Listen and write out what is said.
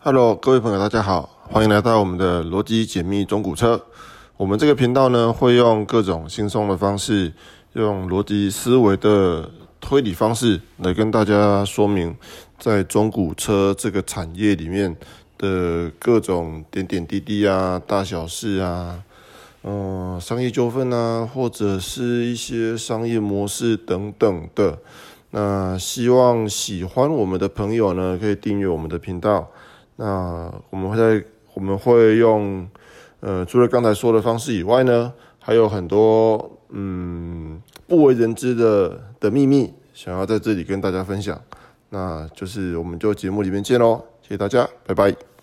Hello，各位朋友，大家好，欢迎来到我们的逻辑解密中古车。我们这个频道呢，会用各种轻松的方式，用逻辑思维的推理方式来跟大家说明，在中古车这个产业里面的各种点点滴滴啊、大小事啊、商业纠纷啊，或者是一些商业模式等等的。那希望喜欢我们的朋友呢，可以订阅我们的频道。那我们会用除了刚才说的方式以外呢，还有很多不为人知的秘密，想要在这里跟大家分享。那就是我们就节目里面见咯，谢谢大家，拜拜。